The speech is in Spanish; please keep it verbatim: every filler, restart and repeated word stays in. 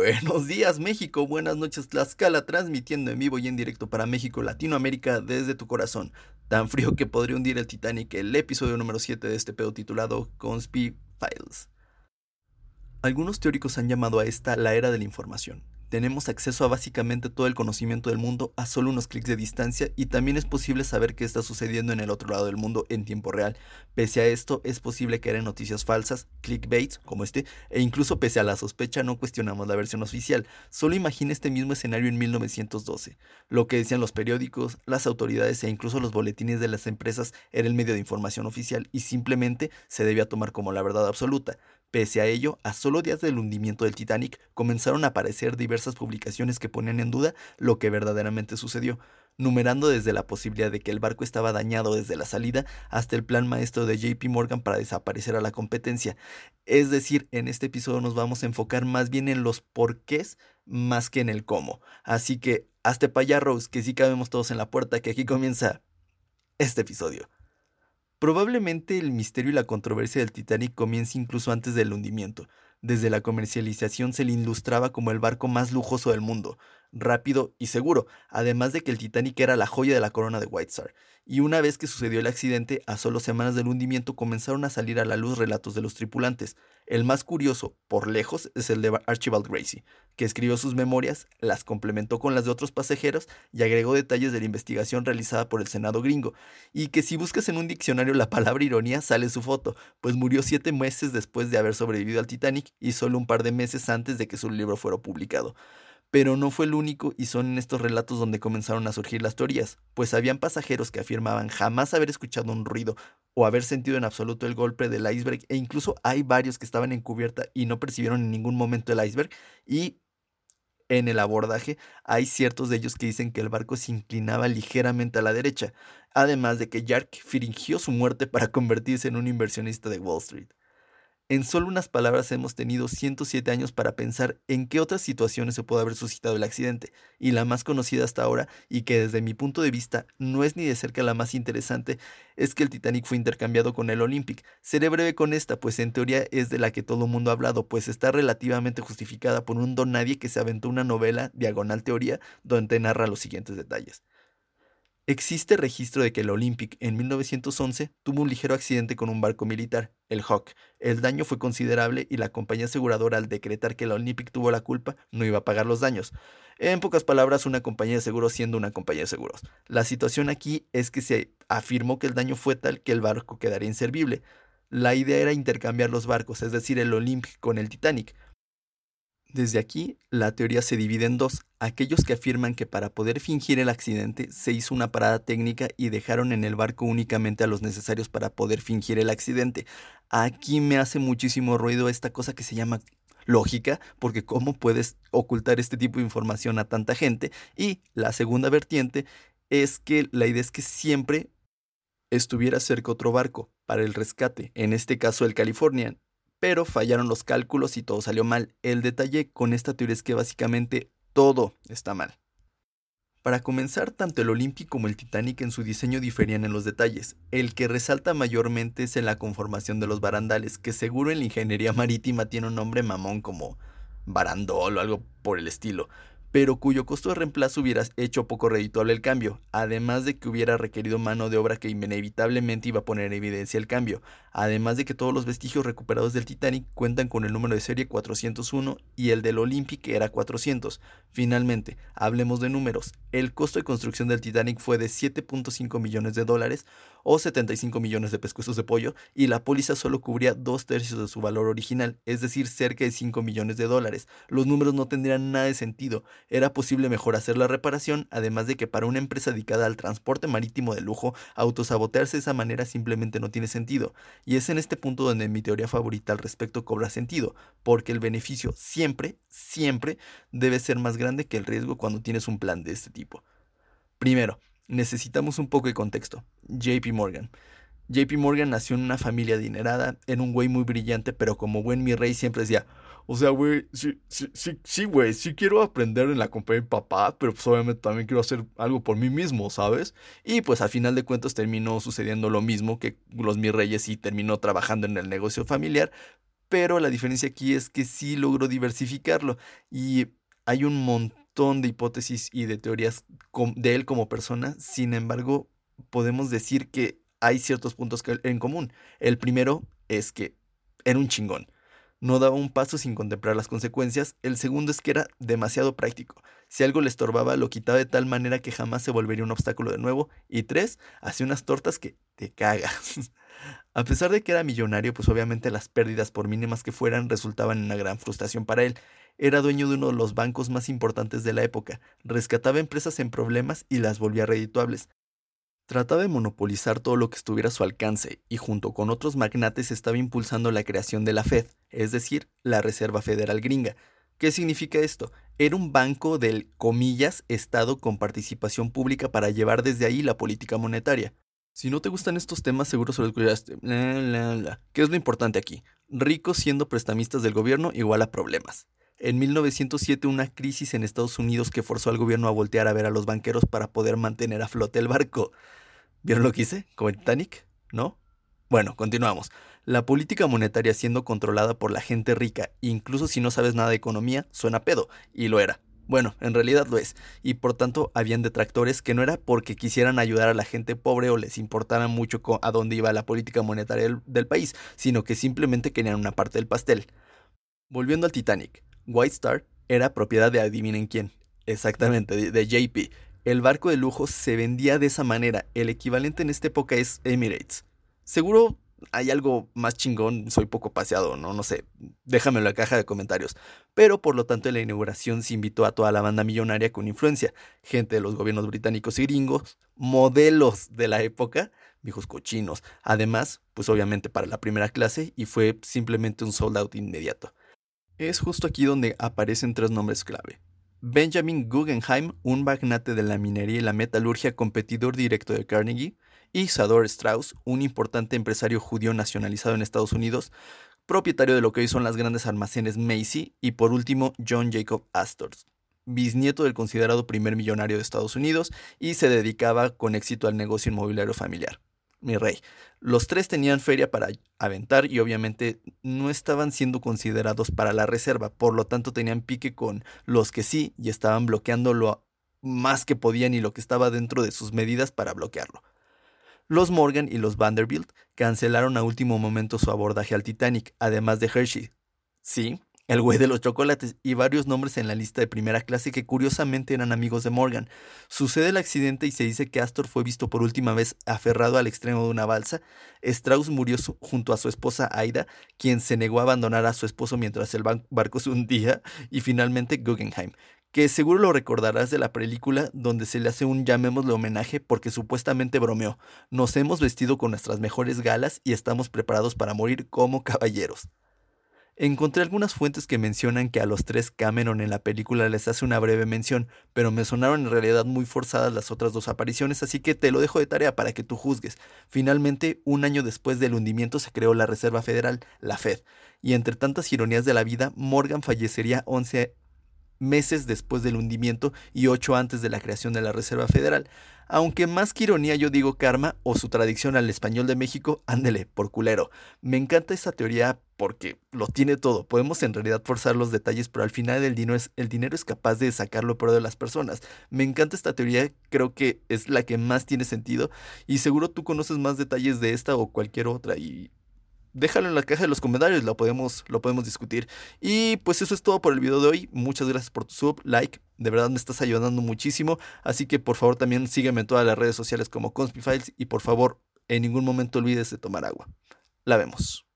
Buenos días México, buenas noches Tlaxcala, transmitiendo en vivo y en directo para México, Latinoamérica, desde tu corazón. Tan frío que podría hundir el Titanic, el episodio número siete de este pedo titulado Conspi Files. Algunos teóricos han llamado a esta la era de la información. Tenemos acceso a básicamente todo el conocimiento del mundo a solo unos clics de distancia y también es posible saber qué está sucediendo en el otro lado del mundo en tiempo real. Pese a esto, es posible caer en noticias falsas, clickbaits como este, e incluso pese a la sospecha no cuestionamos la versión oficial. Solo imagina este mismo escenario en mil novecientos doce. Lo que decían los periódicos, las autoridades e incluso los boletines de las empresas era el medio de información oficial y simplemente se debía tomar como la verdad absoluta. Pese a ello, a solo días del hundimiento del Titanic, comenzaron a aparecer diversas publicaciones que ponían en duda lo que verdaderamente sucedió, numerando desde la posibilidad de que el barco estaba dañado desde la salida hasta el plan maestro de J P Morgan para desaparecer a la competencia. Es decir, en este episodio nos vamos a enfocar más bien en los porqués más que en el cómo. Así que, hazte pa' allá, Rose, que sí cabemos todos en la puerta, que aquí comienza este episodio. Probablemente el misterio y la controversia del Titanic comience incluso antes del hundimiento. Desde la comercialización se le ilustraba como el barco más lujoso del mundo, rápido y seguro, además de que el Titanic era la joya de la corona de White Star. Y una vez que sucedió el accidente, a solo semanas del hundimiento comenzaron a salir a la luz relatos de los tripulantes. El más curioso, por lejos, es el de Archibald Gracie, que escribió sus memorias, las complementó con las de otros pasajeros y agregó detalles de la investigación realizada por el Senado gringo, y que si buscas en un diccionario la palabra ironía sale su foto, pues murió siete meses después de haber sobrevivido al Titanic y solo un par de meses antes de que su libro fuera publicado. Pero no fue el único y son en estos relatos donde comenzaron a surgir las teorías, pues habían pasajeros que afirmaban jamás haber escuchado un ruido o haber sentido en absoluto el golpe del iceberg, e incluso hay varios que estaban en cubierta y no percibieron en ningún momento el iceberg, y en el abordaje hay ciertos de ellos que dicen que el barco se inclinaba ligeramente a la derecha, además de que Jack fingió su muerte para convertirse en un inversionista de Wall Street. En solo unas palabras hemos tenido ciento siete años para pensar en qué otras situaciones se puede haber suscitado el accidente, y la más conocida hasta ahora, y que desde mi punto de vista no es ni de cerca la más interesante, es que el Titanic fue intercambiado con el Olympic. Seré breve con esta, pues en teoría es de la que todo el mundo ha hablado, pues está relativamente justificada por un don nadie que se aventó una novela, diagonal teoría, donde narra los siguientes detalles. Existe registro de que el Olympic en mil novecientos once tuvo un ligero accidente con un barco militar, el Hawk. El daño fue considerable y la compañía aseguradora, al decretar que el Olympic tuvo la culpa, no iba a pagar los daños. En pocas palabras, una compañía de seguros siendo una compañía de seguros. La situación aquí es que se afirmó que el daño fue tal que el barco quedaría inservible. La idea era intercambiar los barcos, es decir, el Olympic con el Titanic. Desde aquí, la teoría se divide en dos: aquellos que afirman que para poder fingir el accidente se hizo una parada técnica y dejaron en el barco únicamente a los necesarios para poder fingir el accidente. Aquí me hace muchísimo ruido esta cosa que se llama lógica, porque ¿cómo puedes ocultar este tipo de información a tanta gente? Y la segunda vertiente es que la idea es que siempre estuviera cerca otro barco para el rescate, en este caso el Californian. Pero fallaron los cálculos y todo salió mal. El detalle con esta teoría es que básicamente todo está mal. Para comenzar, tanto el Olympic como el Titanic en su diseño diferían en los detalles. El que resalta mayormente es en la conformación de los barandales, que seguro en la ingeniería marítima tiene un nombre mamón como barandol o algo por el estilo, pero cuyo costo de reemplazo hubiera hecho poco redituable el cambio, además de que hubiera requerido mano de obra que inevitablemente iba a poner en evidencia el cambio, además de que todos los vestigios recuperados del Titanic cuentan con el número de serie cuatrocientos uno y el del Olympic era cuatrocientos. Finalmente, hablemos de números. El costo de construcción del Titanic fue de siete punto cinco millones de dólares o setenta y cinco millones de pescuezos de pollo, y la póliza solo cubría dos tercios de su valor original, es decir, cerca de cinco millones de dólares. Los números no tendrían nada de sentido. Era posible mejor hacer la reparación, además de que para una empresa dedicada al transporte marítimo de lujo, autosabotearse de esa manera simplemente no tiene sentido. Y es en este punto donde mi teoría favorita al respecto cobra sentido, porque el beneficio siempre, siempre debe ser más grande que el riesgo cuando tienes un plan de este tipo. Primero, necesitamos un poco de contexto. J P Morgan. J P Morgan nació en una familia adinerada, era un güey muy brillante, pero como buen mi rey siempre decía, o sea, güey, sí, sí, sí, sí, güey, sí quiero aprender en la compañía de mi papá, pero pues obviamente también quiero hacer algo por mí mismo, ¿sabes? Y pues a final de cuentas terminó sucediendo lo mismo que los mis reyes y terminó trabajando en el negocio familiar, pero la diferencia aquí es que sí logró diversificarlo y hay un montón de hipótesis y de teorías de él como persona. Sin embargo, podemos decir que hay ciertos puntos en común. El primero es que era un chingón. No daba un paso sin contemplar las consecuencias. El segundo es que era demasiado práctico. Si algo le estorbaba, lo quitaba de tal manera que jamás se volvería un obstáculo de nuevo. Y tres, hacía unas tortas que te cagas. A pesar de que era millonario, pues obviamente las pérdidas, por mínimas que fueran, resultaban en una gran frustración para él. Era dueño de uno de los bancos más importantes de la época. Rescataba empresas en problemas y las volvía redituables. Trataba de monopolizar todo lo que estuviera a su alcance y junto con otros magnates estaba impulsando la creación de la Fed, es decir, la Reserva Federal Gringa. ¿Qué significa esto? Era un banco del, comillas, Estado con participación pública para llevar desde ahí la política monetaria. Si no te gustan estos temas, seguro se los escuchaste. Bla, bla, bla. ¿Qué es lo importante aquí? Ricos siendo prestamistas del gobierno igual a problemas. En mil novecientos siete una crisis en Estados Unidos que forzó al gobierno a voltear a ver a los banqueros para poder mantener a flote el barco. ¿Vieron lo que hice? ¿Como el Titanic? ¿No? Bueno, continuamos. La política monetaria siendo controlada por la gente rica, incluso si no sabes nada de economía, suena pedo, y lo era. Bueno, en realidad lo es, y por tanto habían detractores que no era porque quisieran ayudar a la gente pobre o les importara mucho a dónde iba la política monetaria del, del país, sino que simplemente querían una parte del pastel. Volviendo al Titanic, White Star era propiedad de adivinen quién, exactamente, de, de J P. El barco de lujo se vendía de esa manera, el equivalente en esta época es Emirates. Seguro hay algo más chingón, soy poco paseado, no, no sé, déjamelo en la caja de comentarios. Pero por lo tanto en la inauguración se invitó a toda la banda millonaria con influencia, gente de los gobiernos británicos y gringos, modelos de la época, viejos cochinos. Además, pues obviamente para la primera clase y fue simplemente un sold out inmediato. Es justo aquí donde aparecen tres nombres clave. Benjamin Guggenheim, un magnate de la minería y la metalurgia, competidor directo de Carnegie, y Zador Strauss, un importante empresario judío nacionalizado en Estados Unidos, propietario de lo que hoy son las grandes almacenes Macy, y por último John Jacob Astor, bisnieto del considerado primer millonario de Estados Unidos y se dedicaba con éxito al negocio inmobiliario familiar. Mi rey. Los tres tenían feria para aventar y obviamente no estaban siendo considerados para la reserva, por lo tanto tenían pique con los que sí y estaban bloqueando lo más que podían y lo que estaba dentro de sus medidas para bloquearlo. Los Morgan y los Vanderbilt cancelaron a último momento su abordaje al Titanic, además de Hershey. Sí, el güey de los chocolates y varios nombres en la lista de primera clase que curiosamente eran amigos de Morgan. Sucede el accidente y se dice que Astor fue visto por última vez aferrado al extremo de una balsa. Strauss murió su- junto a su esposa Aida, quien se negó a abandonar a su esposo mientras el ban- barco se hundía, y finalmente Guggenheim, que seguro lo recordarás de la película donde se le hace un llamémosle homenaje porque supuestamente bromeó. Nos hemos vestido con nuestras mejores galas y estamos preparados para morir como caballeros. Encontré algunas fuentes que mencionan que a los tres Cameron en la película les hace una breve mención, pero me sonaron en realidad muy forzadas las otras dos apariciones, así que te lo dejo de tarea para que tú juzgues. Finalmente, un año después del hundimiento se creó la Reserva Federal, la Fed, y entre tantas ironías de la vida, Morgan fallecería once meses después del hundimiento y ocho antes de la creación de la Reserva Federal. Aunque más que ironía yo digo karma o su traducción al español de México, ándele, por culero. Me encanta esa teoría porque lo tiene todo. Podemos en realidad forzar los detalles, pero al final el dinero es, el dinero es capaz de sacar lo peor de las personas. Me encanta esta teoría, creo que es la que más tiene sentido y seguro tú conoces más detalles de esta o cualquier otra y déjalo en la caja de los comentarios, lo podemos, lo podemos discutir. Y pues eso es todo por el video de hoy. Muchas gracias por tu sub, like, de verdad me estás ayudando muchísimo. Así que por favor también sígueme en todas las redes sociales como Conspifiles y por favor en ningún momento olvides de tomar agua. La vemos.